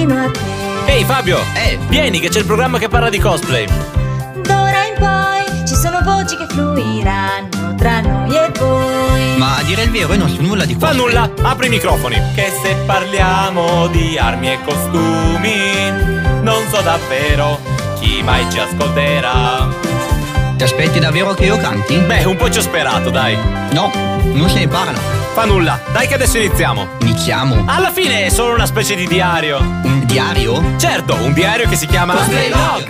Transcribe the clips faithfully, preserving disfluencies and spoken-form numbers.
vicino a te. Ehi Fabio, eh, vieni che c'è il programma che parla di cosplay. D'ora in poi ci sono voci che fluiranno tra noi e voi. Ma a dire il vero io non so nulla di Fa cosplay. nulla, apri i microfoni. Che se parliamo di armi e costumi, non so davvero chi mai ci ascolterà. Ti aspetti davvero che io canti? Beh, un po' ci ho sperato, dai. No, non se ne parla. Fa nulla, dai che adesso iniziamo. Iniziamo. Alla fine è solo una specie di diario. Un diario? Certo, un diario che si chiama Cosplay Log.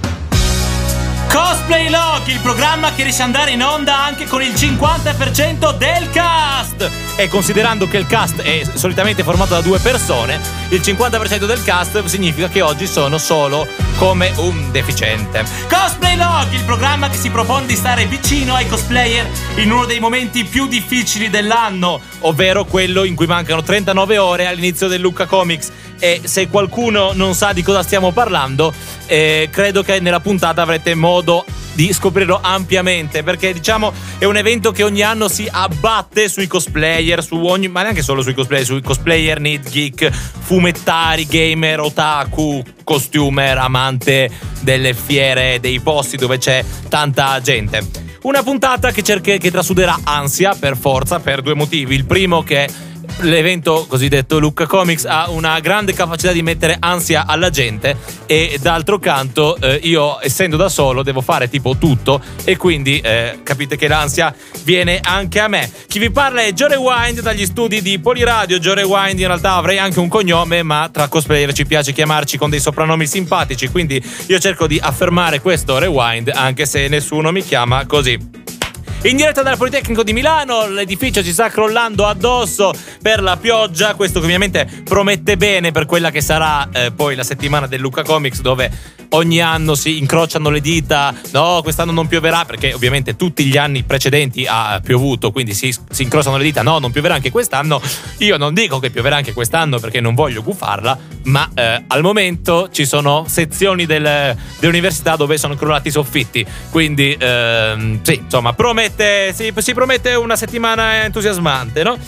Cosplay Log, il programma che riesce ad andare in onda anche con il cinquanta per cento del cast. E considerando che il cast è solitamente formato da due persone, il cinquanta per cento del cast significa che oggi sono solo come un deficiente. Cosplay Log, il programma che si propone di stare vicino ai cosplayer in uno dei momenti più difficili dell'anno, ovvero quello in cui mancano trentanove ore all'inizio del Lucca Comics. E se qualcuno non sa di cosa stiamo parlando, eh, credo che nella puntata avrete modo di scoprirlo ampiamente, perché diciamo è un evento che ogni anno si abbatte sui cosplayer, su ogni, ma neanche solo sui cosplayer, sui cosplayer, need geek, fumettari, gamer, otaku, costumer, amante delle fiere, dei posti dove c'è tanta gente. Una puntata che, cerca, che trasuderà ansia per forza, per due motivi. Il primo, che l'evento cosiddetto Lucca Comics ha una grande capacità di mettere ansia alla gente, e d'altro canto eh, io essendo da solo devo fare tipo tutto, e quindi eh, capite che l'ansia viene anche a me. Chi vi parla è Joe Rewind dagli studi di Poliradio. Joe Rewind, in realtà avrei anche un cognome, ma tra cosplayer ci piace chiamarci con dei soprannomi simpatici, quindi io cerco di affermare questo Rewind anche se nessuno mi chiama così. In diretta dal Politecnico di Milano, l'edificio ci sta crollando addosso per la pioggia, questo che ovviamente promette bene per quella che sarà eh, poi la settimana del Lucca Comics, dove ogni anno si incrociano le dita. No, quest'anno non pioverà, perché ovviamente tutti gli anni precedenti ha piovuto, quindi si, si incrociano le dita. No, non pioverà anche quest'anno. Io non dico che pioverà anche quest'anno perché non voglio gufarla, ma eh, al momento ci sono sezioni del, dell'università dove sono crollati i soffitti, quindi ehm, sì, insomma, promette Si, si promette una settimana entusiasmante, no?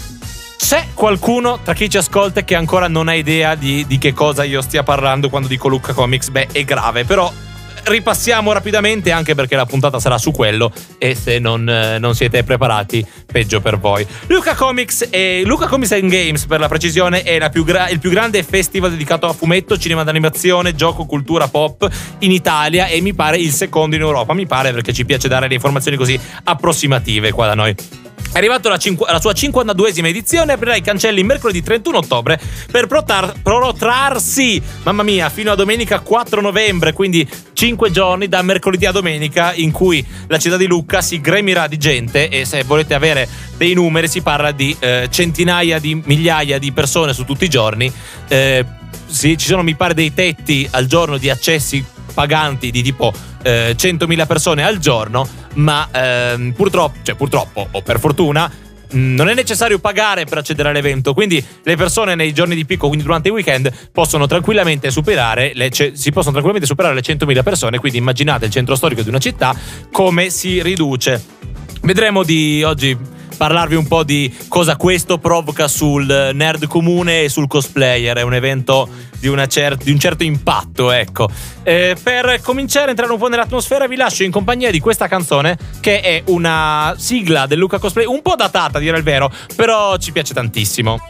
C'è qualcuno tra chi ci ascolta che ancora non ha idea di, di che cosa io stia parlando quando dico Lucca Comics? Beh, è grave, però ripassiamo rapidamente, anche perché la puntata sarà su quello, e se non, eh, non siete preparati, peggio per voi. Lucca Comics e Lucca Comics and Games, per la precisione, è la più gra- il più grande festival dedicato a fumetto, cinema d'animazione, gioco, cultura pop in Italia, e mi pare il secondo in Europa. Mi pare, perché ci piace dare le informazioni così approssimative qua da noi. È arrivato la, cinqu- la sua cinquantaduesima edizione, aprirà i cancelli mercoledì trentuno ottobre per protar- protrarsi, mamma mia, fino a domenica quattro novembre, quindi cinque giorni da mercoledì a domenica, in cui la città di Lucca si gremirà di gente. E se volete avere dei numeri, si parla di eh, centinaia di migliaia di persone su tutti i giorni. Eh, sì, ci sono, mi pare, dei tetti al giorno di accessi paganti di tipo eh, centomila persone al giorno, ma ehm, purtroppo, cioè purtroppo o per fortuna, mh, non è necessario pagare per accedere all'evento, quindi le persone nei giorni di picco, quindi durante i weekend, possono tranquillamente superare le, ce, si possono tranquillamente superare le centomila persone. Quindi immaginate il centro storico di una città come si riduce. Vedremo di oggi parlarvi un po' di cosa questo provoca sul nerd comune e sul cosplayer. È un evento di, una cer- di un certo impatto, ecco. Eh, per cominciare a entrare un po' nell'atmosfera, vi lascio in compagnia di questa canzone, che è una sigla del Lucca Cosplay, un po' datata a dire il vero, però ci piace tantissimo.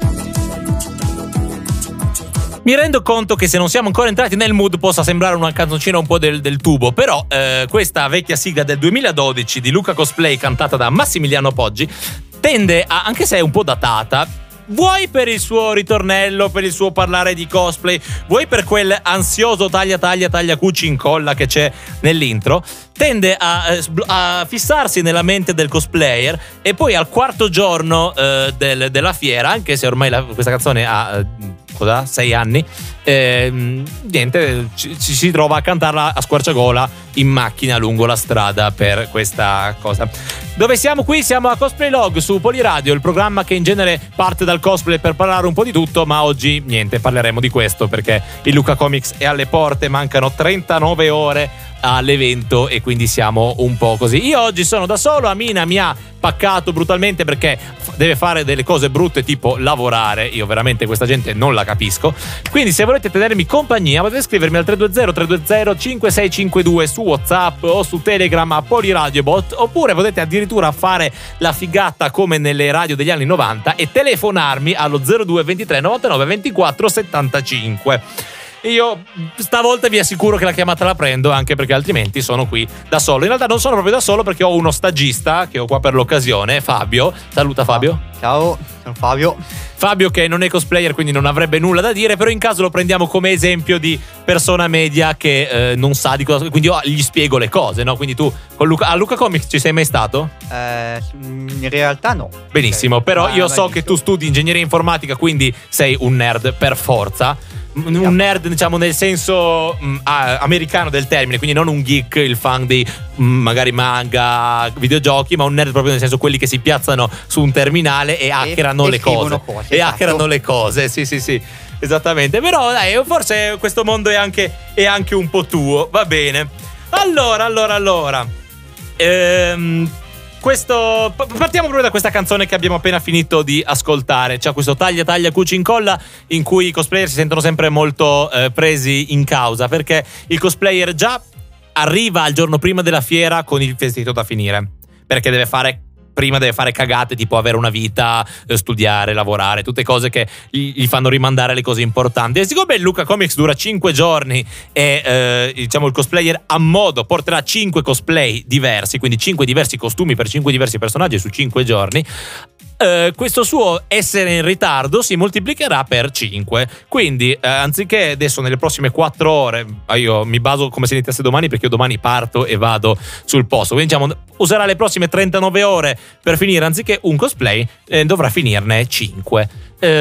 Mi rendo conto che se non siamo ancora entrati nel mood possa sembrare una canzoncina un po' del, del tubo, però eh, questa vecchia sigla del duemiladodici di Lucca Cosplay, cantata da Massimiliano Poggi, tende a, anche se è un po' datata, vuoi per il suo ritornello, per il suo parlare di cosplay, vuoi per quel ansioso taglia taglia taglia cuci incolla che c'è nell'intro, tende a, a fissarsi nella mente del cosplayer, e poi al quarto giorno eh, del, della fiera, anche se ormai la, questa canzone ha eh, cosa, sei anni, eh, niente, ci, ci si trova a cantarla a squarciagola in macchina lungo la strada per questa cosa. Dove siamo qui? Siamo a Cosplay Log su Poliradio, il programma che in genere parte dal cosplay per parlare un po' di tutto, ma oggi niente, parleremo di questo perché il Lucca Comics è alle porte, mancano trentanove ore all'evento e quindi siamo un po' così. Io oggi sono da solo, Amina mi ha paccato brutalmente perché f- deve fare delle cose brutte tipo lavorare. Io veramente questa gente non la capisco, quindi se volete tenermi compagnia potete scrivermi al tre due zero tre due zero cinque sei cinque due su WhatsApp o su Telegram a Poliradiobot, oppure potete addirittura fare la figata come nelle radio degli anni novanta e telefonarmi allo zero due ventitré novantanove ventiquattro settantacinque. Io stavolta vi assicuro che la chiamata la prendo, anche perché altrimenti sono qui da solo. In realtà non sono proprio da solo perché ho uno stagista che ho qua per l'occasione, Fabio. Saluta Fabio. Ciao, sono Fabio. Fabio che non è cosplayer, quindi non avrebbe nulla da dire, però in caso lo prendiamo come esempio di persona media che eh, non sa di cosa, quindi io gli spiego le cose, no? Quindi tu con Luca, a Luca Comics ci sei mai stato? Eh, in realtà no. Benissimo, Eh, però ma- io ma so visto. che tu studi ingegneria informatica, quindi sei un nerd per forza. Un nerd, diciamo, nel senso mh, ah, americano del termine, quindi non un geek, il fan di mh, magari manga, videogiochi, ma un nerd proprio nel senso quelli che si piazzano su un terminale e hackerano e le scrivono cose. cose, E esatto. hackerano le cose, sì, sì, sì, esattamente. Però dai, forse questo mondo è anche, è anche un po' tuo, va bene. Allora, allora, allora. Ehm. Questo, partiamo proprio da questa canzone che abbiamo appena finito di ascoltare. C'è questo taglia taglia cuci incolla in cui i cosplayer si sentono sempre molto eh, presi in causa, perché il cosplayer già arriva il giorno prima della fiera con il vestito da finire, perché deve fare prima deve fare cagate tipo avere una vita, eh, studiare, lavorare, tutte cose che gli, gli fanno rimandare le cose importanti. E siccome il Luca Comics dura cinque giorni e eh, diciamo il cosplayer a modo porterà cinque cosplay diversi, quindi cinque diversi costumi per cinque diversi personaggi su cinque giorni, Uh, questo suo essere in ritardo si moltiplicherà per cinque. Quindi uh, anziché adesso nelle prossime quattro ore, uh, io mi baso come se iniziasse domani, perché io domani parto e vado sul posto, quindi diciamo userà le prossime trentanove ore per finire, anziché un cosplay eh, dovrà finirne cinque.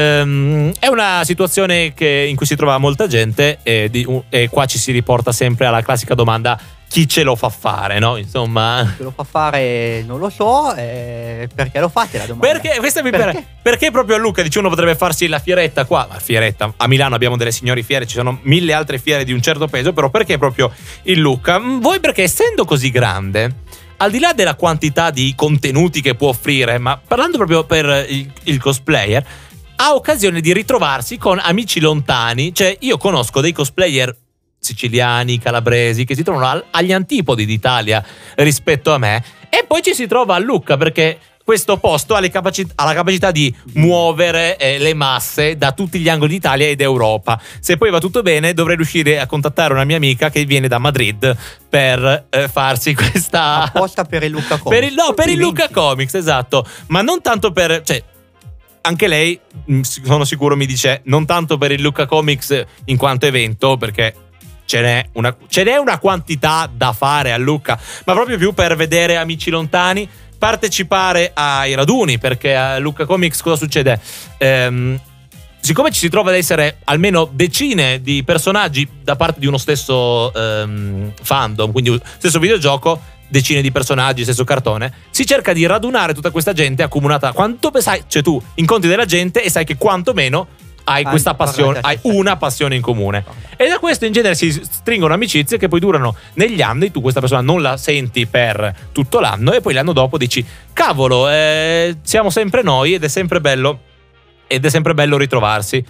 Um, è una situazione che, in cui si trova molta gente e, di, uh, e qua ci si riporta sempre alla classica domanda: chi ce lo fa fare, no? Insomma, Se lo fa fare non lo so, eh, perché lo fate la domanda? perché questa mi Perché? per- perché proprio a Lucca, dice, uno potrebbe farsi la fieretta qua, ma fieretta, a Milano abbiamo delle signori fiere, ci sono mille altre fiere di un certo peso, però perché proprio il Lucca? Voi perché essendo così grande, al di là della quantità di contenuti che può offrire, ma parlando proprio per il, il cosplayer, ha occasione di ritrovarsi con amici lontani. Cioè io conosco dei cosplayer siciliani, calabresi, che si trovano al- agli antipodi d'Italia rispetto a me, e poi ci si trova a Lucca perché questo posto ha, le capaci- ha la capacità di muovere eh, le masse da tutti gli angoli d'Italia ed Europa. Se poi va tutto bene dovrei riuscire a contattare una mia amica che viene da Madrid per eh, farsi questa Apposta per il Luca Comics. per il, no, per il Complimenti. Luca Comics, esatto, ma non tanto per, cioè, anche lei mh, sono sicuro mi dice non tanto per il Luca Comics in quanto evento, perché ce n'è una, ce n'è una quantità da fare a Lucca, ma proprio più per vedere amici lontani, partecipare ai raduni, perché a Lucca Comics cosa succede? Ehm, siccome ci si trova ad essere almeno decine di personaggi da parte di uno stesso ehm, fandom, quindi stesso videogioco, decine di personaggi, stesso cartone, si cerca di radunare tutta questa gente accomunata. Quanto sai, cioè tu incontri della gente e sai che quantomeno hai Ah, questa passione, parlate, hai sì. una passione in comune. E da questo in genere si stringono amicizie che poi durano negli anni. Tu questa persona non la senti per tutto l'anno e poi l'anno dopo dici cavolo, eh, siamo sempre noi, ed è sempre bello ed è sempre bello ritrovarsi.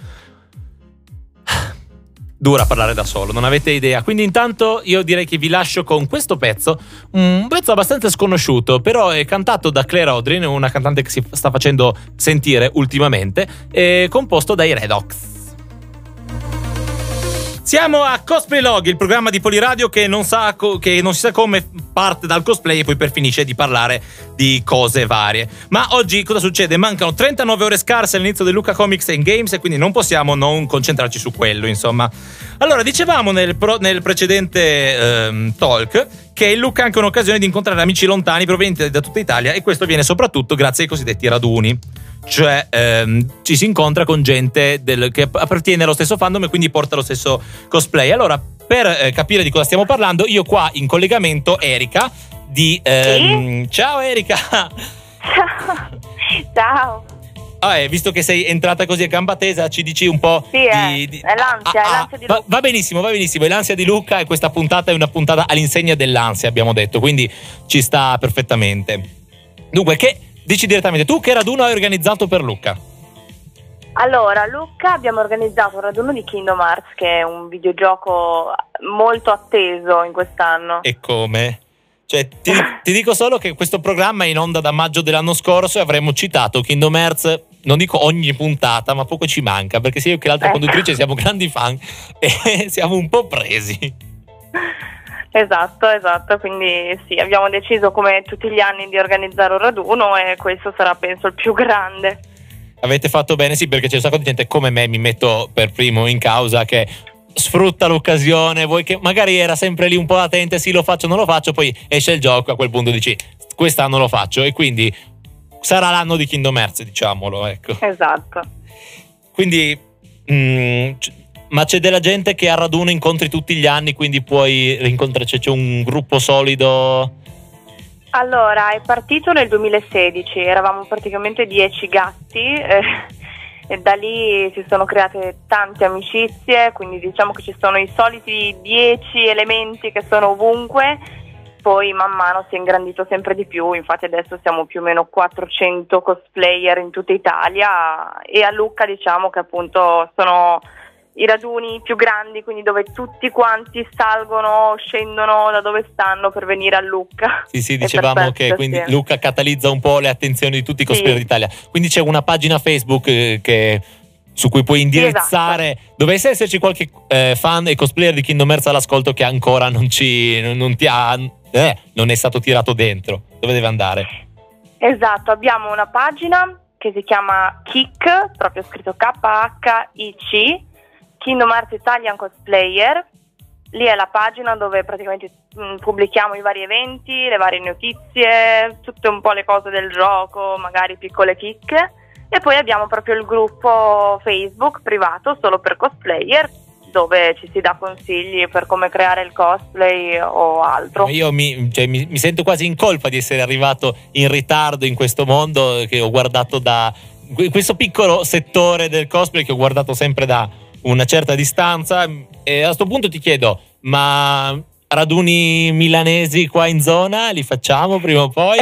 Dura parlare da solo, non avete idea. Quindi intanto io direi che vi lascio con questo pezzo, un pezzo abbastanza sconosciuto, però è cantato da Claire Odrin, una cantante che si sta facendo sentire ultimamente, e composto dai Redox. Siamo a Cosplay Log, il programma di Poliradio che non sa co- che non si sa come parte dal cosplay e poi per finisce di parlare di cose varie. Ma oggi cosa succede? Mancano trentanove ore scarse all'inizio del Lucca Comics and Games e quindi non possiamo non concentrarci su quello, insomma. Allora, dicevamo nel, pro- nel precedente ehm, talk che il Lucca è anche un'occasione di incontrare amici lontani provenienti da tutta Italia, e questo avviene soprattutto grazie ai cosiddetti raduni. Cioè ehm, ci si incontra con gente del, che appartiene allo stesso fandom e quindi porta lo stesso cosplay. Allora, per eh, capire di cosa stiamo parlando, io qua in collegamento Erika di ehm, ciao Erika. Ciao. Ciao. Ah, eh, visto che sei entrata così a gamba tesa, ci dici un po' Sì, di, è, di- è l'ansia, ah, è ah, l'ansia di va, Luca. va benissimo, va benissimo. È l'ansia di Luca e questa puntata è una puntata all'insegna dell'ansia, abbiamo detto, quindi ci sta perfettamente. Dunque, che dici direttamente tu che raduno hai organizzato per Luca? Allora, Luca, abbiamo organizzato un raduno di Kingdom Hearts, che è un videogioco molto atteso in quest'anno. E come? Cioè, ti, ti dico solo che questo programma è in onda da maggio dell'anno scorso e avremmo citato Kingdom Hearts, non dico ogni puntata, ma poco ci manca, perché sia io che l'altra Ecco. conduttrice siamo grandi fan e siamo un po' presi. Esatto, esatto, quindi sì, abbiamo deciso come tutti gli anni di organizzare un raduno e questo sarà penso il più grande. Avete fatto bene, sì, perché c'è un sacco di gente come me, mi metto per primo in causa, che sfrutta l'occasione, vuoi che magari era sempre lì un po' latente, sì lo faccio, non lo faccio, poi esce il gioco, a quel punto dici quest'anno lo faccio e quindi sarà l'anno di Kingdom Hearts, diciamolo, ecco. Esatto. Quindi, mm, c- ma c'è della gente che a raduno incontri tutti gli anni, quindi puoi rincontrare, c'è, c'è un gruppo solido. Allora, è partito nel duemilasedici, eravamo praticamente dieci gatti eh, e da lì si sono create tante amicizie, quindi diciamo che ci sono i soliti dieci elementi che sono ovunque, poi man mano si è ingrandito sempre di più, infatti adesso siamo più o meno quattrocento cosplayer in tutta Italia e a Lucca diciamo che appunto sono i raduni più grandi, quindi dove tutti quanti salgono, scendono da dove stanno per venire a Lucca. Sì, sì, E dicevamo per che questo, quindi sì. Luca catalizza un po' le attenzioni di tutti i cosplayer Sì. d'Italia. Quindi c'è una pagina Facebook eh, che, su cui puoi indirizzare. Esatto. Dovesse esserci qualche eh, fan e cosplayer di Kingdom Hearts all'ascolto che ancora non ci non, non ti ha eh, non è stato tirato dentro. Dove deve andare? Esatto, abbiamo una pagina che si chiama Kik, proprio scritto K H I C, Kingdom Hearts Italian Cosplayer. Lì è la pagina dove praticamente mh, pubblichiamo i vari eventi, le varie notizie, tutte un po' le cose del gioco, magari piccole chicche. E poi abbiamo proprio il gruppo Facebook privato solo per cosplayer, dove ci si dà consigli per come creare il cosplay o altro. Io mi, cioè, mi, mi sento quasi in colpa di essere arrivato in ritardo in questo mondo che ho guardato da questo piccolo settore del cosplay che ho guardato sempre da una certa distanza. E a sto punto ti chiedo, ma raduni milanesi qua in zona li facciamo prima o poi?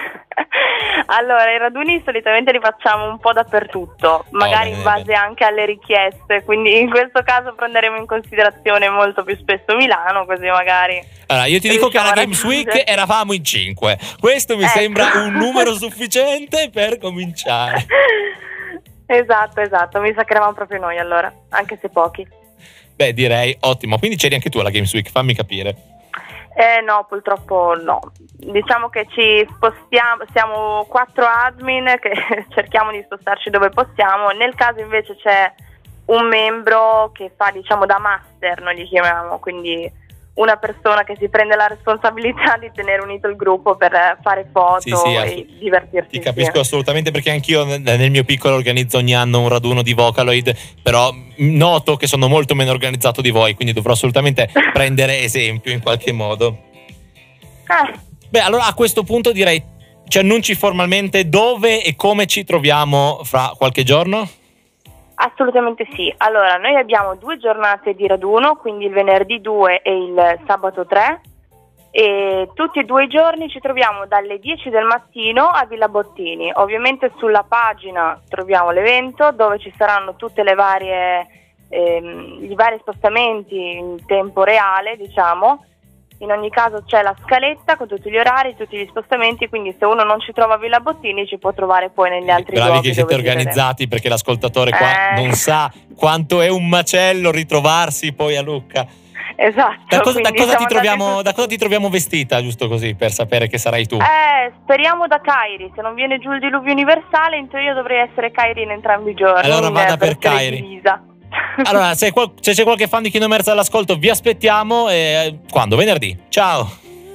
Allora, i raduni solitamente li facciamo un po' dappertutto, magari bene, in base bene. anche alle richieste, quindi in questo caso prenderemo in considerazione molto più spesso Milano, così magari... Allora, io ti dico che alla riusciamo a Games Week raggiungere. eravamo in cinque. Questo mi Ecco. sembra un numero sufficiente per cominciare. Esatto, esatto, mi sa che eravamo proprio noi allora, anche se pochi. Beh, direi ottimo. Quindi c'eri anche tu alla Games Week, fammi capire. Eh no, purtroppo no. Diciamo che ci spostiamo, siamo quattro admin che cerchiamo di spostarci dove possiamo. Nel caso invece c'è un membro che fa, diciamo, da master, noi li chiamiamo, quindi una persona che si prende la responsabilità di tenere unito il gruppo per fare foto Sì, sì, e assolut- divertirsi Ti capisco insieme. assolutamente, perché anch'io nel nel mio piccolo organizzo ogni anno un raduno di Vocaloid, però noto che sono molto meno organizzato di voi, quindi dovrò assolutamente prendere esempio in qualche modo. Eh, Beh, allora a questo punto direi ci annunci formalmente dove e come ci troviamo fra qualche giorno? assolutamente sì. Allora, noi abbiamo due giornate di raduno, quindi il venerdì due e il sabato tre, e tutti e due i giorni ci troviamo dalle dieci del mattino a Villa Bottini. Ovviamente sulla pagina troviamo l'evento dove ci saranno tutte le varie ehm, i vari spostamenti in tempo reale, diciamo. In ogni caso c'è la scaletta con tutti gli orari, tutti gli spostamenti, quindi se uno non ci trova a Villa Bottini ci può trovare poi negli altri Bravi luoghi che siete dove gireremo. organizzati, perché l'ascoltatore qua Eh. non sa quanto è un macello ritrovarsi poi a Lucca. Esatto. Da cosa, da quindi cosa ti siamo troviamo, andati da cosa ti troviamo vestita, giusto così, per sapere che sarai tu? su- Eh, speriamo da Kairi, se non viene giù il diluvio universale, in teoria dovrei essere Kairi in entrambi i giorni. Allora in vada per versione Kairi. divisa. Allora, se, qual- se c'è qualche fan di Kingdom Hearts all'ascolto, vi aspettiamo. E quando? Venerdì. Ciao.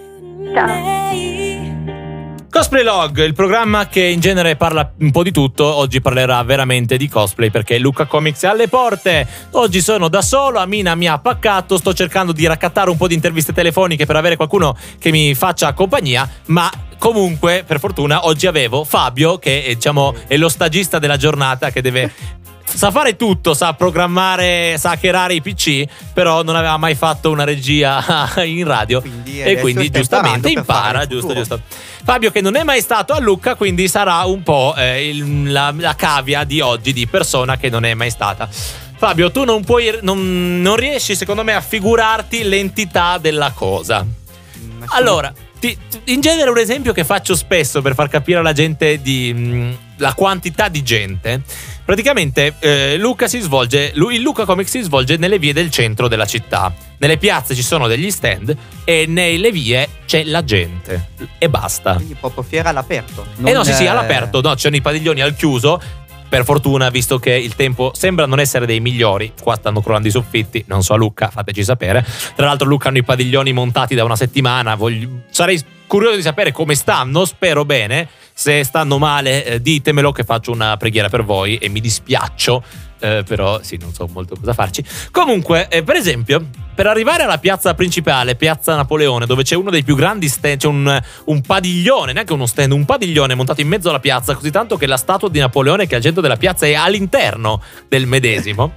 Cosplay Log, il programma che in genere parla un po' di tutto, oggi parlerà veramente di cosplay perché Lucca Comics è alle porte. Oggi sono da solo, Amina mi ha paccato, sto cercando di raccattare un po' di interviste telefoniche per avere qualcuno che mi faccia compagnia, ma comunque, per fortuna, oggi avevo Fabio, che è, diciamo, è lo stagista della giornata, che deve... sa fare tutto, sa programmare, sa hackerare i P C, però non aveva mai fatto una regia in radio, quindi e quindi giustamente impara, giusto, giusto. Fabio, che non è mai stato a Lucca, quindi sarà un po' eh, il, la, la cavia di oggi di persona che non è mai stata. Fabio, tu non puoi, non, non riesci secondo me a figurarti l'entità della cosa. Mm, Allora, ti, in genere un esempio che faccio spesso per far capire alla gente di mh, la quantità di gente. Praticamente eh, Lucca si svolge, il Lucca Comics si svolge nelle vie del centro della città. Nelle piazze ci sono degli stand e nelle vie c'è la gente e basta. Quindi proprio fiera all'aperto. Eh no, sì, sì, eh, all'aperto, no, ci sono i padiglioni al chiuso. Per fortuna, visto che il tempo sembra non essere dei migliori, qua stanno crollando i soffitti, non so a Lucca, fateci sapere. Tra l'altro Lucca hanno i padiglioni montati da una settimana, voglio, sarei curioso di sapere come stanno, spero bene. Se stanno male eh, ditemelo, che faccio una preghiera per voi e mi dispiaccio, eh, però sì, non so molto cosa farci. Comunque, eh, per esempio, per arrivare alla piazza principale, piazza Napoleone, dove c'è uno dei più grandi stand, c'è un, un padiglione, neanche uno stand, un padiglione montato in mezzo alla piazza, così tanto che la statua di Napoleone che è al centro della piazza è all'interno del medesimo.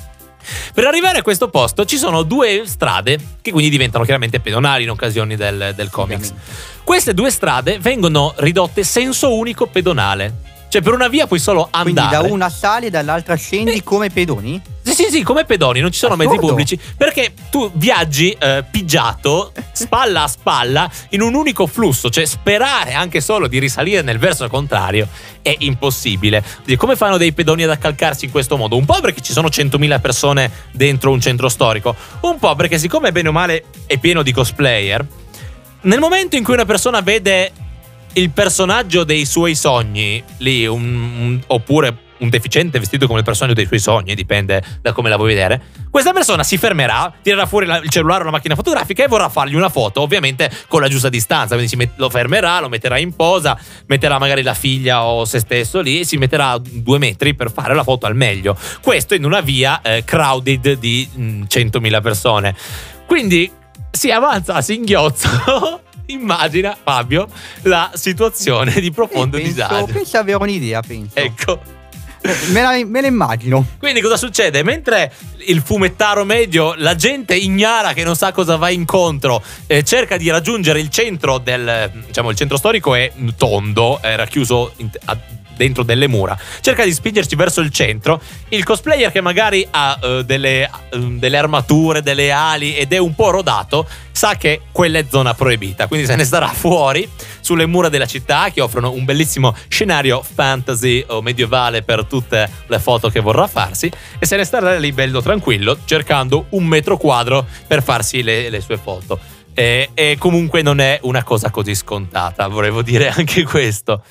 Per arrivare a questo posto ci sono due strade che quindi diventano chiaramente pedonali in occasione del, del comics. Queste due strade vengono ridotte senso unico pedonale. Cioè per una via puoi solo andare. Quindi da una sali e dall'altra scendi Eh. come pedoni? Sì, sì, sì, come pedoni, non ci sono Assurdo. mezzi pubblici. Perché tu viaggi eh, pigiato, spalla a spalla, in un unico flusso. Cioè sperare anche solo di risalire nel verso contrario è impossibile. Quindi, come fanno dei pedoni ad accalcarsi in questo modo? Un po' perché ci sono centomila persone dentro un centro storico, un po' perché siccome bene o male è pieno di cosplayer, nel momento in cui una persona vede il personaggio dei suoi sogni lì, un, un, oppure un deficiente vestito come il personaggio dei suoi sogni, dipende da come la vuoi vedere, questa persona si fermerà, tirerà fuori la, il cellulare o la macchina fotografica e vorrà fargli una foto, ovviamente con la giusta distanza. Quindi si met, lo fermerà, lo metterà in posa, metterà magari la figlia o se stesso lì e si metterà a due metri per fare la foto al meglio. Questo in una via eh, crowded di mh, centomila persone. Quindi si avanza a singhiozzo. Immagina, Fabio, la situazione di profondo penso, disagio. Penso avere un'idea, penso. Ecco. Me la, me la immagino. Quindi cosa succede? Mentre il fumettaro medio, la gente ignara che non sa cosa va incontro, eh, cerca di raggiungere il centro del, diciamo, il centro storico è tondo, è racchiuso in, a, dentro delle mura, cerca di spingerci verso il centro. Il cosplayer che magari ha uh, delle, uh, delle armature, delle ali ed è un po' rodato, sa che quella è zona proibita, quindi se ne starà fuori sulle mura della città, che offrono un bellissimo scenario fantasy o medievale per tutte le foto che vorrà farsi, e se ne starà lì bello tranquillo cercando un metro quadro per farsi le, le sue foto. E, e comunque non è una cosa così scontata, volevo dire anche questo.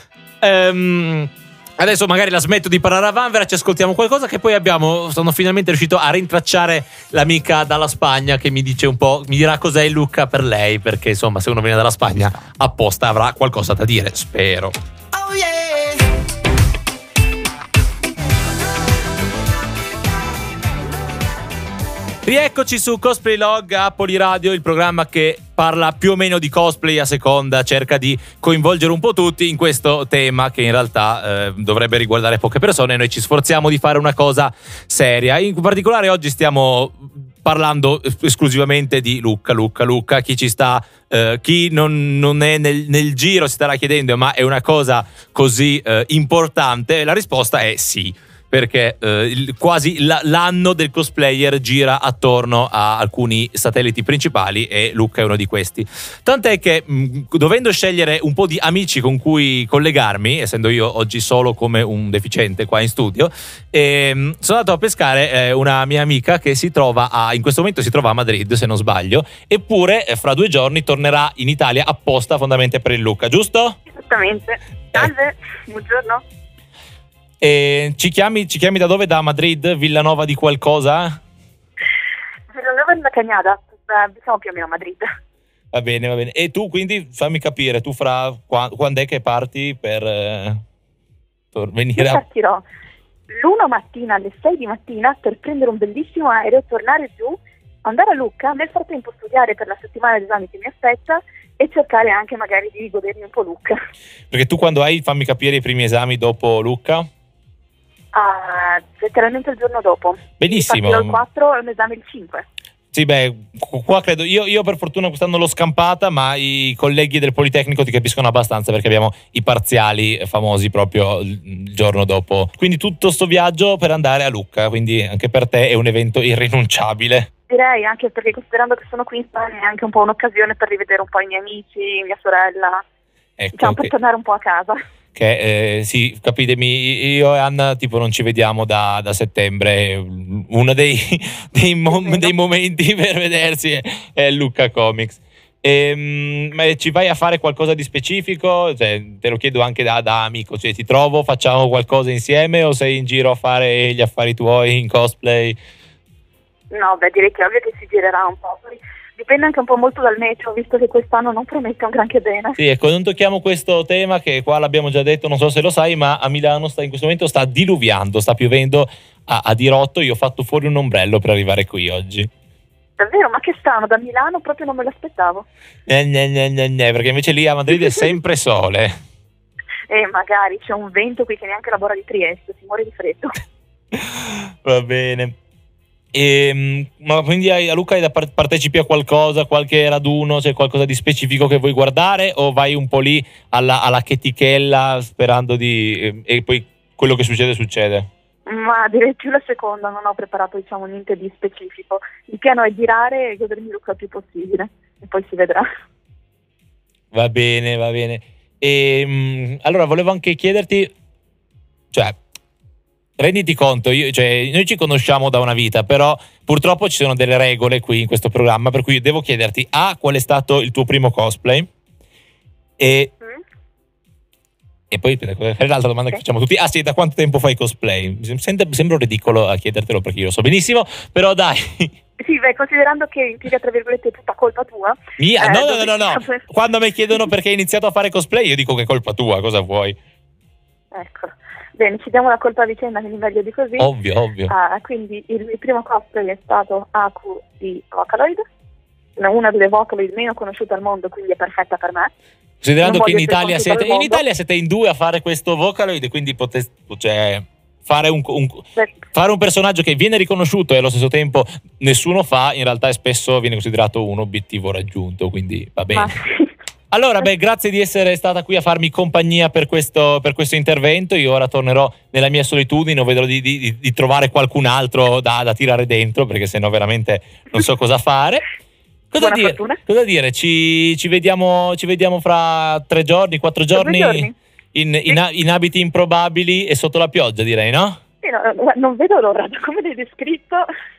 Um, adesso magari la smetto di parlare a vanvera, ci ascoltiamo qualcosa, che poi abbiamo, sono finalmente riuscito a rintracciare l'amica dalla Spagna che mi dice un po', mi dirà cos'è il Lucca per lei, perché insomma se uno viene dalla Spagna apposta avrà qualcosa da dire, spero. Oh yeah. Rieccoci su Cosplay Log a Poliradio, il programma che parla più o meno di cosplay a seconda, cerca di coinvolgere un po' tutti in questo tema che in realtà eh, dovrebbe riguardare poche persone. Noi ci sforziamo di fare una cosa seria. In particolare oggi stiamo parlando esclusivamente di Lucca, Lucca, Lucca. Chi ci sta, eh, chi non, non è nel, nel giro si starà chiedendo: ma è una cosa così eh, importante? La risposta è sì. Perché eh, il, quasi la, l'anno del cosplayer gira attorno a alcuni satelliti principali e Lucca è uno di questi. Tant'è che mh, dovendo scegliere un po' di amici con cui collegarmi, essendo io oggi solo come un deficiente qua in studio, ehm, sono andato a pescare eh, una mia amica che si trova a, in questo momento si trova a Madrid, se non sbaglio, eppure eh, fra due giorni tornerà in Italia apposta fondamentalmente per il Lucca, giusto? Esattamente. Salve, buongiorno. E ci chiami, ci chiami da dove? Da Madrid? Villanova di qualcosa? Villanova della Cagnada, siamo più o meno a Madrid. Va bene, va bene. E tu quindi fammi capire, tu fra qua, quando è che parti per, eh, per venire Io a... partirò l'uno mattina alle sei di mattina per prendere un bellissimo aereo, tornare giù, andare a Lucca, nel frattempo studiare per la settimana d'esami che mi aspetta e cercare anche magari di godermi un po' Lucca. Perché tu quando hai, fammi capire, i primi esami dopo Lucca? Ah, letteralmente il giorno dopo. Benissimo. Partirò il quattro e un esame il cinque. Sì, beh, qua credo, io, io per fortuna quest'anno l'ho scampata, ma i colleghi del Politecnico ti capiscono abbastanza perché abbiamo i parziali famosi proprio il giorno dopo. Quindi tutto sto viaggio per andare a Lucca, quindi anche per te è un evento irrinunciabile. Direi, anche perché considerando che sono qui in Spagna è anche un po' un'occasione per rivedere un po' i miei amici, mia sorella, Ecco, diciamo per che, tornare un po' a casa. che eh, sì, capitemi, io e Anna tipo non ci vediamo da, da settembre, uno dei, dei, mom- dei momenti per vedersi è, è Lucca Comics. Ehm, ma ci vai a fare qualcosa di specifico? Cioè, te lo chiedo anche da, da amico, cioè, ti trovo, facciamo qualcosa insieme o sei in giro a fare gli affari tuoi in cosplay? No, beh, direi che è ovvio che si girerà un po'. Poi dipende anche un po' molto dal meteo, visto che quest'anno non promette un granché bene. Sì, ecco, non tocchiamo questo tema che qua l'abbiamo già detto, non so se lo sai, ma a Milano sta in questo momento sta diluviando, sta piovendo a, a dirotto. Io ho fatto fuori un ombrello per arrivare qui oggi. Davvero? Ma che strano, da Milano proprio non me l'aspettavo. Ne, ne, ne, ne, ne, perché invece lì a Madrid è sempre sole. E magari c'è un vento qui che neanche la Bora di Trieste, si muore di freddo. Va bene. E, ma quindi a Lucca hai par- partecipi a qualcosa, qualche raduno, c'è qualcosa di specifico che vuoi guardare o vai un po' lì alla, alla chetichella sperando di... E, e poi quello che succede succede? Ma direi più la seconda, non ho preparato diciamo niente di specifico. Il piano è girare e godermi Lucca il più possibile e poi si vedrà. Va bene, va bene. E, mh, allora volevo anche chiederti, cioè, renditi conto, io, cioè, noi ci conosciamo da una vita, però purtroppo ci sono delle regole qui in questo programma, per cui devo chiederti A, qual è stato il tuo primo cosplay e, Mm? e poi è l'altra domanda che facciamo tutti. Ah sì, da quanto tempo fai cosplay? Mi sembra, sembra ridicolo a chiedertelo perché io lo so benissimo, però dai. Sì, beh, considerando che implica tra virgolette tutta colpa tua. Mia, eh, no, no, dove- no, no, no. Quando mi chiedono perché hai iniziato a fare cosplay io dico che è colpa tua, cosa vuoi? Ecco, bene, ci diamo la colpa a vicenda, quindi meglio di così. Ovvio, ovvio. Ah, quindi il mio primo cosplay è stato Aku di Vocaloid, una delle Vocaloid meno conosciute al mondo, quindi è perfetta per me. Considerando Non che in voglio essere Italia, conosciuta siete, al in mondo. Italia siete in due a fare questo Vocaloid, quindi potete, cioè, fare un, un- Beh, fare un personaggio che viene riconosciuto e allo stesso tempo nessuno fa, in realtà è spesso viene considerato un obiettivo raggiunto, quindi va bene. ma sì. Allora, beh, grazie di essere stata qui a farmi compagnia per questo, per questo intervento. Io ora tornerò nella mia solitudine, non vedo di, di, di trovare qualcun altro da, da tirare dentro, perché sennò veramente non so cosa fare. Cosa Buona dire? fortuna. Cosa dire? Ci, ci vediamo, ci vediamo fra tre giorni, quattro Tra due giorni, giorni? In, in, a- in abiti improbabili e sotto la pioggia, direi, no? Sì, no, no, non vedo l'ora, da come l'hai descritto.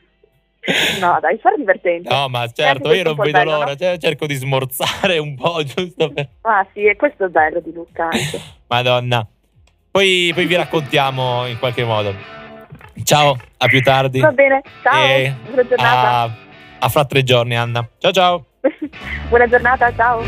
No, dai, sarà divertente. No, ma anche certo, questo io è non un po' vedo bello, l'ora, no? cioè, cerco di smorzare un po', giusto per... Ah sì, e questo è bello di Lucca anche. Madonna. Poi, poi vi raccontiamo in qualche modo. Ciao, a più tardi. Va bene, ciao, E buona giornata. A, a fra tre giorni, Anna. Ciao ciao. Buona giornata, ciao.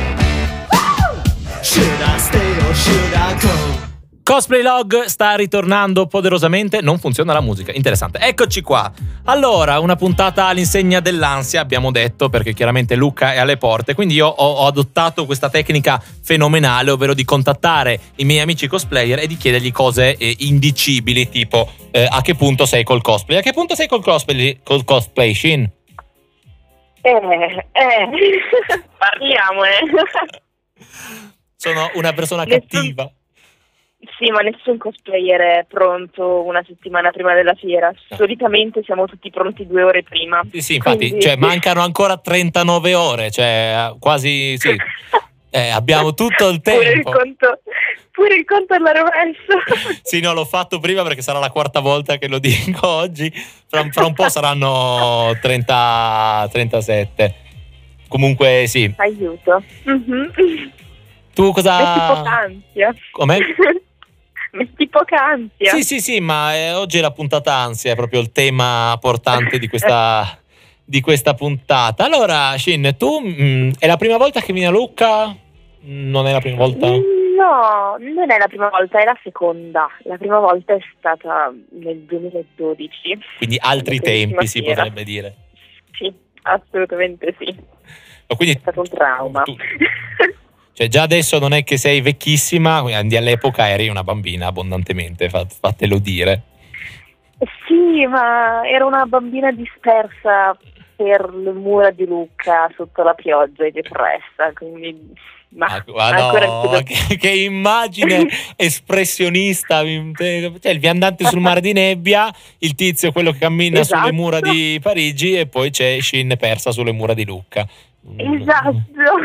Cosplay Log sta ritornando poderosamente, non funziona la musica, interessante. Eccoci qua. Allora, una puntata all'insegna dell'ansia, abbiamo detto, perché chiaramente Lucca è alle porte, quindi io ho, ho adottato questa tecnica fenomenale, ovvero di contattare i miei amici cosplayer e di chiedergli cose eh, indicibili, tipo eh, a che punto sei col cosplay? A che punto sei col cosplay, col cosplay, Shin? Eh, eh, parliamo, eh. Sono una persona Nessun- cattiva. Sì, ma nessun cosplayer è pronto una settimana prima della fiera. Solitamente siamo tutti pronti due ore prima. Sì, sì, infatti, Quindi- cioè, mancano ancora trentanove ore, cioè quasi, sì, eh, abbiamo tutto il Pure il tempo. conto, pure il conto alla rovescia. Sì, no, l'ho fatto prima perché sarà la quarta volta che lo dico oggi, fra, fra un po' saranno trenta, trentasette. Comunque sì, Aiuto. Mhm. tu cosa... Metti poca ansia. Come? Metti poca ansia. Sì, sì, sì, ma eh, oggi è la puntata ansia, è proprio il tema portante di questa, di questa puntata. Allora, Shin, tu mh, è la prima volta che vieni a Lucca? Non è la prima volta? No, non è la prima volta, è la seconda. La prima volta è stata nel duemiladodici. Quindi altri La primissima tempi si fiera. potrebbe dire. Sì, assolutamente sì. Ma quindi è stato un trauma. tu- Cioè già adesso non è che sei vecchissima, quindi all'epoca eri una bambina abbondantemente, fat- fatelo dire. Sì, ma era una bambina dispersa per le mura di Lucca sotto la pioggia e depressa, quindi ma Ah, ma ancora no, più da- che, che immagine espressionista, cioè il viandante sul mare di nebbia, il tizio quello che cammina Esatto. sulle mura di Parigi e poi c'è Shin persa sulle mura di Lucca. Esatto.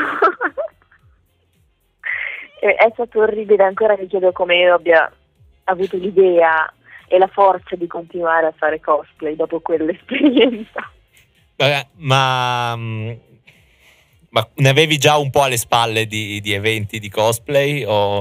è è stato orribile, ancora mi chiedo come io abbia avuto l'idea e la forza di continuare a fare cosplay dopo quell'esperienza. Vabbè, ma, ma ne avevi già un po' alle spalle di, di eventi di cosplay o...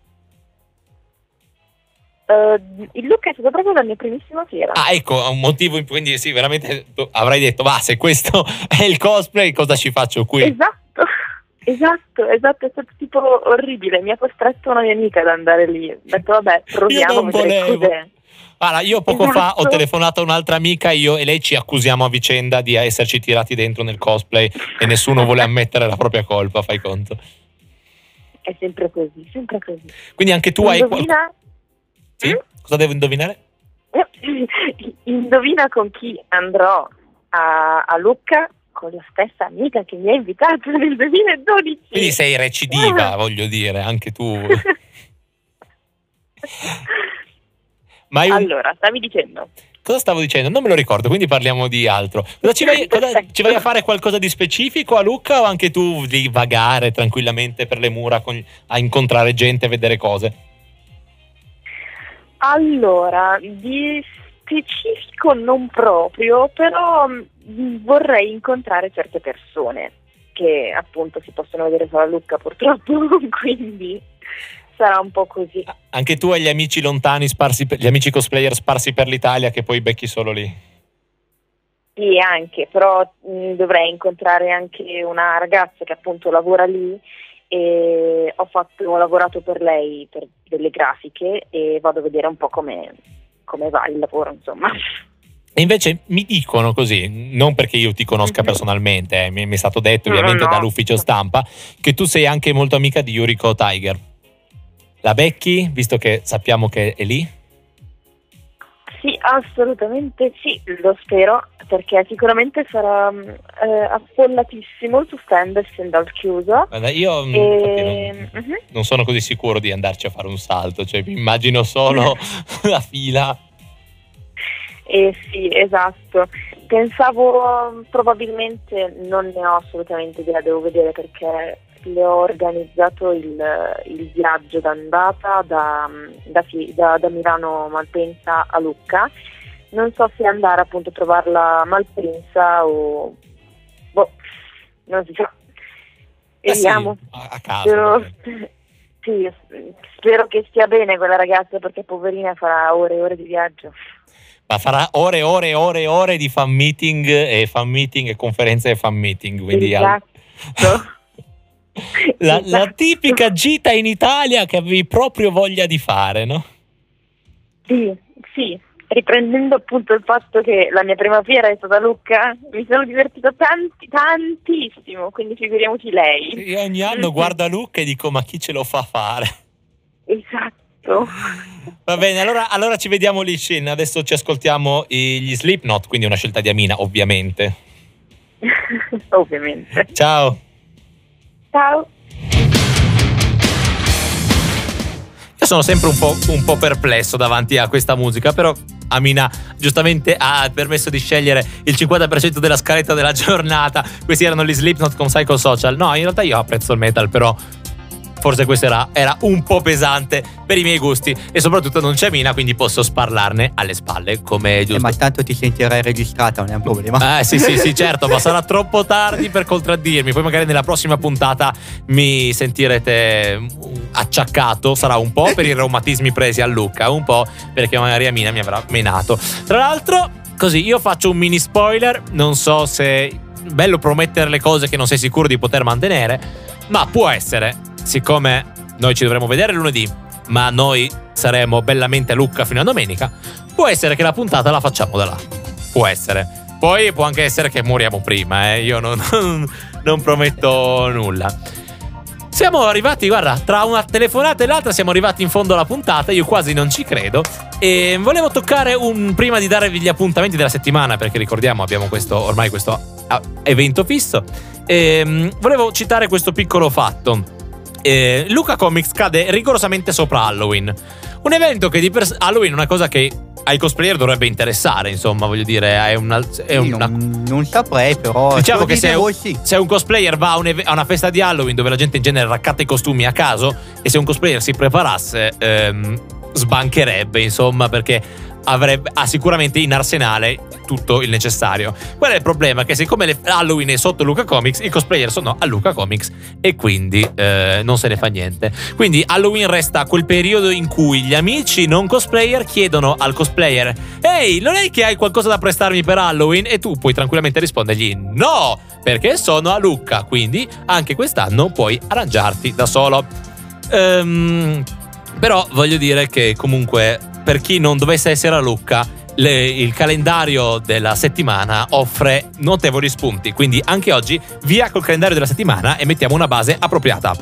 Uh, il look è stato proprio la mia primissima fiera. Ah, ecco, un motivo, in- quindi sì, veramente tu avrai detto, ma se questo è il cosplay, cosa ci faccio qui? Esatto, esatto, esatto, è stato tipo orribile. Mi ha costretto una mia amica ad andare lì. Ho detto, vabbè, proviamo a non vedere volevo. cos'è. Allora, io poco fa ho Esatto. telefonato a un'altra amica, io e lei ci accusiamo a vicenda di esserci tirati dentro nel cosplay e nessuno vuole ammettere la propria colpa, fai conto. È sempre così, sempre così. Quindi anche tu hai qualcosa... Indovina... Sì? Cosa devo indovinare? Indovina con chi andrò a, a Lucca, con la stessa amica che mi ha invitato nel duemiladodici. Quindi sei recidiva, voglio dire, anche tu. Ma hai un- Allora, stavi dicendo? Cosa stavo dicendo? Non me lo ricordo, quindi parliamo di altro. Cosa ci vai, cosa- Perfetto. ci vai a fare qualcosa di specifico a Lucca o anche tu di vagare tranquillamente per le mura con- a incontrare gente e vedere cose? Allora, di specifico non proprio, però mh, vorrei incontrare certe persone che appunto si possono vedere solo a Lucca purtroppo, quindi sarà un po' così. Anche tu hai gli amici lontani sparsi per, gli amici cosplayer sparsi per l'Italia che poi becchi solo lì. Sì, anche, però mh, dovrei incontrare anche una ragazza che appunto lavora lì e ho, fatto, ho lavorato per lei per delle grafiche e vado a vedere un po' come, come va il lavoro, insomma. E invece mi dicono così, non perché io ti conosca Mhm. personalmente, eh, mi, mi è stato detto No, ovviamente no. dall'ufficio stampa, che tu sei anche molto amica di Yuriko Tiger. La becchi, visto che sappiamo che è lì? Sì, assolutamente sì, lo spero, perché sicuramente sarà eh, affollatissimo il suo stand, essendo al chiuso. Guarda, io mm, E... infatti, non, Mhm. non sono così sicuro di andarci a fare un salto, cioè mi immagino solo la fila. Eh sì, esatto. Pensavo um, probabilmente, non ne ho assolutamente idea, devo vedere perché le ho organizzato il, il viaggio d'andata da, da, Fi- da, da Milano Malpensa a Lucca. Non so se andare appunto a trovarla a Malpensa o boh, non si sa. Eh sì, Vediamo. a, a caso. Spero, sì, spero che stia bene quella ragazza perché poverina farà ore e ore di viaggio. Ma farà ore e ore e ore e ore di fan meeting e fan meeting e conferenze e fan meeting. Quindi al- Esatto. la, la Esatto. tipica gita in Italia che avevi proprio voglia di fare, no? Sì, sì, riprendendo appunto il fatto che la mia prima fiera è stata a Lucca, mi sono divertita tanti, tantissimo, quindi figuriamoci lei. Io ogni anno guardo a Lucca e dico ma chi ce lo fa fare? Esatto. Va bene, allora, allora ci vediamo lì, Shin. Adesso ci ascoltiamo i- gli Slipknot, quindi una scelta di Amina, ovviamente. Ovviamente. Ciao. Ciao. Io sono sempre un po', un po' perplesso davanti a questa musica, però Amina giustamente ha permesso di scegliere il cinquanta per cento della scaletta della giornata. Questi erano gli Slipknot con Psychosocial. No, in realtà io apprezzo il metal, però forse questo era, era un po' pesante per i miei gusti e soprattutto non c'è Mina, quindi posso sparlarne alle spalle, come è Eh, giusto. ma tanto ti sentirai registrata, non è un problema. Eh sì sì sì certo, ma sarà troppo tardi per contraddirmi. Poi magari nella prossima puntata mi sentirete acciaccato. Sarà un po' per i reumatismi presi a Lucca, un po' perché magari Amina mi avrà menato. Tra l'altro, così io faccio un mini spoiler. Non so se è bello promettere le cose che non sei sicuro di poter mantenere, ma può essere, siccome noi ci dovremo vedere lunedì, ma noi saremo bellamente a Lucca fino a domenica, può essere che la puntata la facciamo da là. Può essere. Poi può anche essere che moriamo prima, eh. Io non, non, non prometto nulla. Siamo arrivati, guarda, tra una telefonata e l'altra siamo arrivati in fondo alla puntata, io quasi non ci credo. E volevo toccare un prima di darvi gli appuntamenti della settimana, perché ricordiamo abbiamo questo ormai questo evento fisso. E volevo citare questo piccolo fatto. E Lucca Comics cade rigorosamente sopra Halloween. Un evento che di per sé, Halloween è una cosa che ai cosplayer dovrebbe interessare, insomma, voglio dire, è una, è una... Non, non saprei, però diciamo che se, voi, sì. se un cosplayer va a, un ev- a una festa di Halloween dove la gente in genere raccatta i costumi a caso, e se un cosplayer si preparasse ehm, sbancherebbe, insomma, perché avrebbe ha sicuramente in arsenale tutto il necessario. Qual è il problema? Che siccome le Halloween è sotto Lucca Comics, i cosplayer sono a Lucca Comics e quindi eh, non se ne fa niente. Quindi Halloween resta quel periodo in cui gli amici non cosplayer chiedono al cosplayer: ehi, non è che hai qualcosa da prestarmi per Halloween? E tu puoi tranquillamente rispondergli: no, perché sono a Lucca, quindi anche quest'anno puoi arrangiarti da solo. Ehm, però voglio dire che comunque, per chi non dovesse essere a Lucca, le, il calendario della settimana offre notevoli spunti. Quindi anche oggi via col calendario della settimana e mettiamo una base appropriata.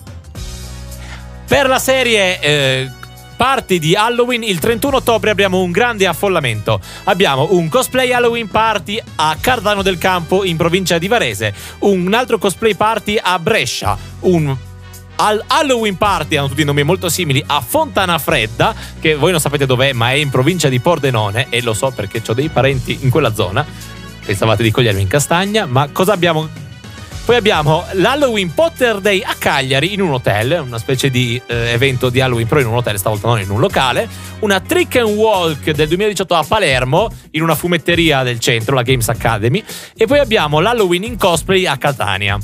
Per la serie eh, party di Halloween, il trentuno ottobre abbiamo un grande affollamento. Abbiamo un cosplay Halloween party a Cardano del Campo in provincia di Varese, un altro cosplay party a Brescia, un al Halloween party, hanno tutti nomi molto simili, a Fontana Fredda, che voi non sapete dov'è, ma è in provincia di Pordenone, e lo so perché ho dei parenti in quella zona. Pensavate di cogliermi in castagna, ma cosa abbiamo? Poi abbiamo l'Halloween Potter Day a Cagliari in un hotel, una specie di eh, evento di Halloween però in un hotel, stavolta non in un locale. Una Trick and Walk del duemiladiciotto a Palermo in una fumetteria del centro, la Games Academy. E poi abbiamo l'Halloween in cosplay a Catania.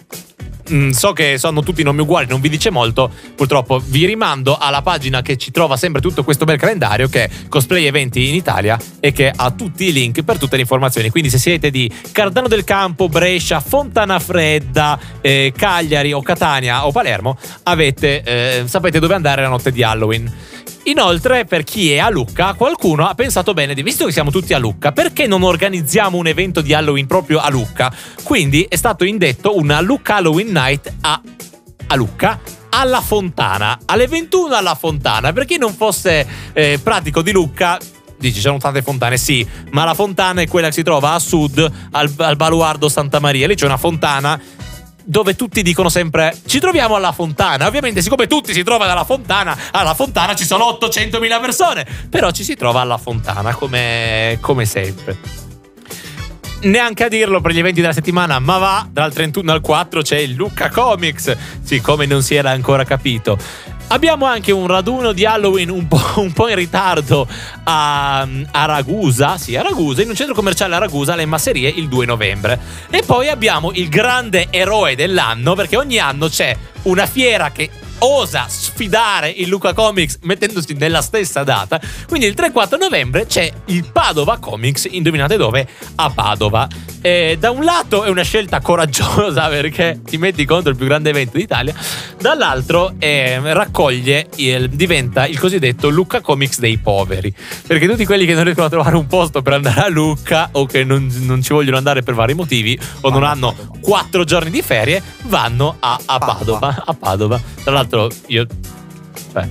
Mm, so che sono tutti nomi uguali, non vi dice molto, purtroppo vi rimando alla pagina che ci trova sempre tutto questo bel calendario, che è Cosplay Eventi in Italia, e che ha tutti i link per tutte le informazioni. Quindi se siete di Cardano del Campo, Brescia, Fontana Fredda, eh, Cagliari o Catania o Palermo, avete eh, sapete dove andare la notte di Halloween. Inoltre, per chi è a Lucca, qualcuno ha pensato bene di, visto che siamo tutti a Lucca, perché non organizziamo un evento di Halloween proprio a Lucca? Quindi è stato indetto una Lucca Halloween Night a, a Lucca, alla Fontana, alle ventuno alla Fontana. Per chi non fosse eh, pratico di Lucca, dici, ci sono tante fontane, sì, ma la fontana è quella che si trova a sud, al, al Baluardo Santa Maria. Lì c'è una fontana dove tutti dicono sempre: ci troviamo alla fontana. Ovviamente, siccome tutti si trovano alla fontana, alla fontana ci sono ottocentomila persone, però ci si trova alla fontana come, come sempre. Neanche a dirlo per gli eventi della settimana, ma va, dal trentuno al quattro c'è il Lucca Comics, siccome non si era ancora capito. Abbiamo anche un raduno di Halloween un po', un po' in ritardo a, a Ragusa, sì, a Ragusa, in un centro commerciale a Ragusa, alle Masserie, il due novembre. E poi abbiamo il grande eroe dell'anno, perché ogni anno c'è una fiera che osa sfidare il Lucca Comics mettendosi nella stessa data. Quindi il tre quattro novembre c'è il Padova Comics, indovinate dove? A Padova. E da un lato è una scelta coraggiosa, perché ti metti contro il più grande evento d'Italia, dall'altro eh, raccoglie il, diventa il cosiddetto Lucca Comics dei poveri, perché tutti quelli che non riescono a trovare un posto per andare a Lucca, o che non, non ci vogliono andare per vari motivi, o non hanno quattro giorni di ferie, vanno a, a Padova, a Padova. Tra l'altro io, beh,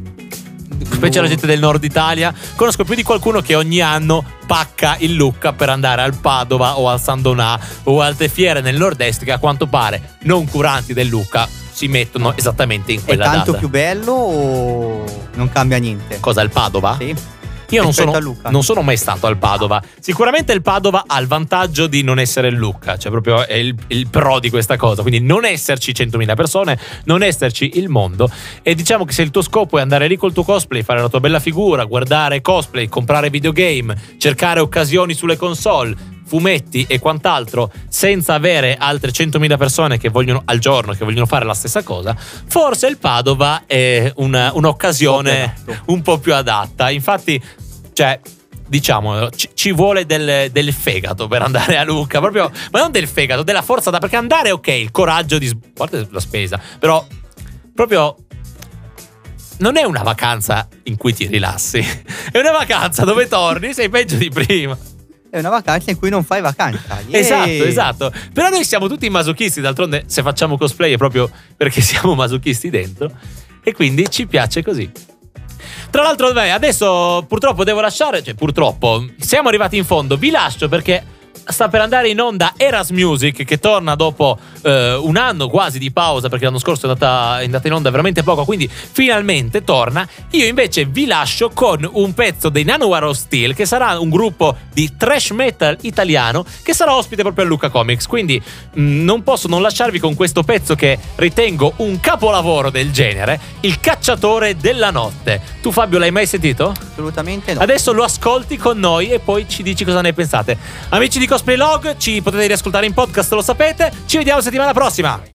specie la gente del nord Italia, conosco più di qualcuno che ogni anno pacca il Lucca per andare al Padova o al San Donà o altre fiere nel nord-est, che a quanto pare non curanti del Lucca si mettono esattamente in quella data. È tanto data. Più bello o non cambia niente? Cosa, il Padova? Sì. Io non sono, non sono mai stato al Padova. Sicuramente il Padova ha il vantaggio di non essere il Lucca, cioè proprio è il, il pro di questa cosa. Quindi non esserci centomila persone, non esserci il mondo. E diciamo che se il tuo scopo è andare lì col tuo cosplay, fare la tua bella figura, guardare cosplay, comprare videogame, cercare occasioni sulle console, fumetti e quant'altro, senza avere altre centomila persone che vogliono al giorno, che vogliono fare la stessa cosa, forse il Padova è una, un'occasione un po' più adatta. Infatti, cioè, diciamo, ci, ci vuole del, del fegato per andare a Lucca, proprio, ma non del fegato, della forza, da, perché andare, ok, il coraggio di, a parte la spesa, però proprio non è una vacanza in cui ti rilassi, è una vacanza dove torni, sei peggio di prima. è una vacanza in cui non fai vacanza. Yay! Esatto, esatto. Però noi siamo tutti masochisti, d'altronde se facciamo cosplay è proprio perché siamo masochisti dentro e quindi ci piace così. Tra l'altro, beh, adesso purtroppo devo lasciare, cioè purtroppo siamo arrivati in fondo, vi lascio perché sta per andare in onda Eras Music, che torna dopo eh, un anno quasi di pausa, perché l'anno scorso è andata, è andata in onda veramente poco, quindi finalmente torna. Io invece vi lascio con un pezzo dei Nanowar of Steel, che sarà un gruppo di thrash metal italiano che sarà ospite proprio a Lucca Comics, quindi mh, non posso non lasciarvi con questo pezzo che ritengo un capolavoro del genere, Il cacciatore della notte. Tu Fabio l'hai mai sentito? Assolutamente no. Adesso lo ascolti con noi e poi ci dici cosa ne pensate. Amici di Cosplay Log, ci potete riascoltare in podcast, lo sapete. Ci vediamo settimana prossima.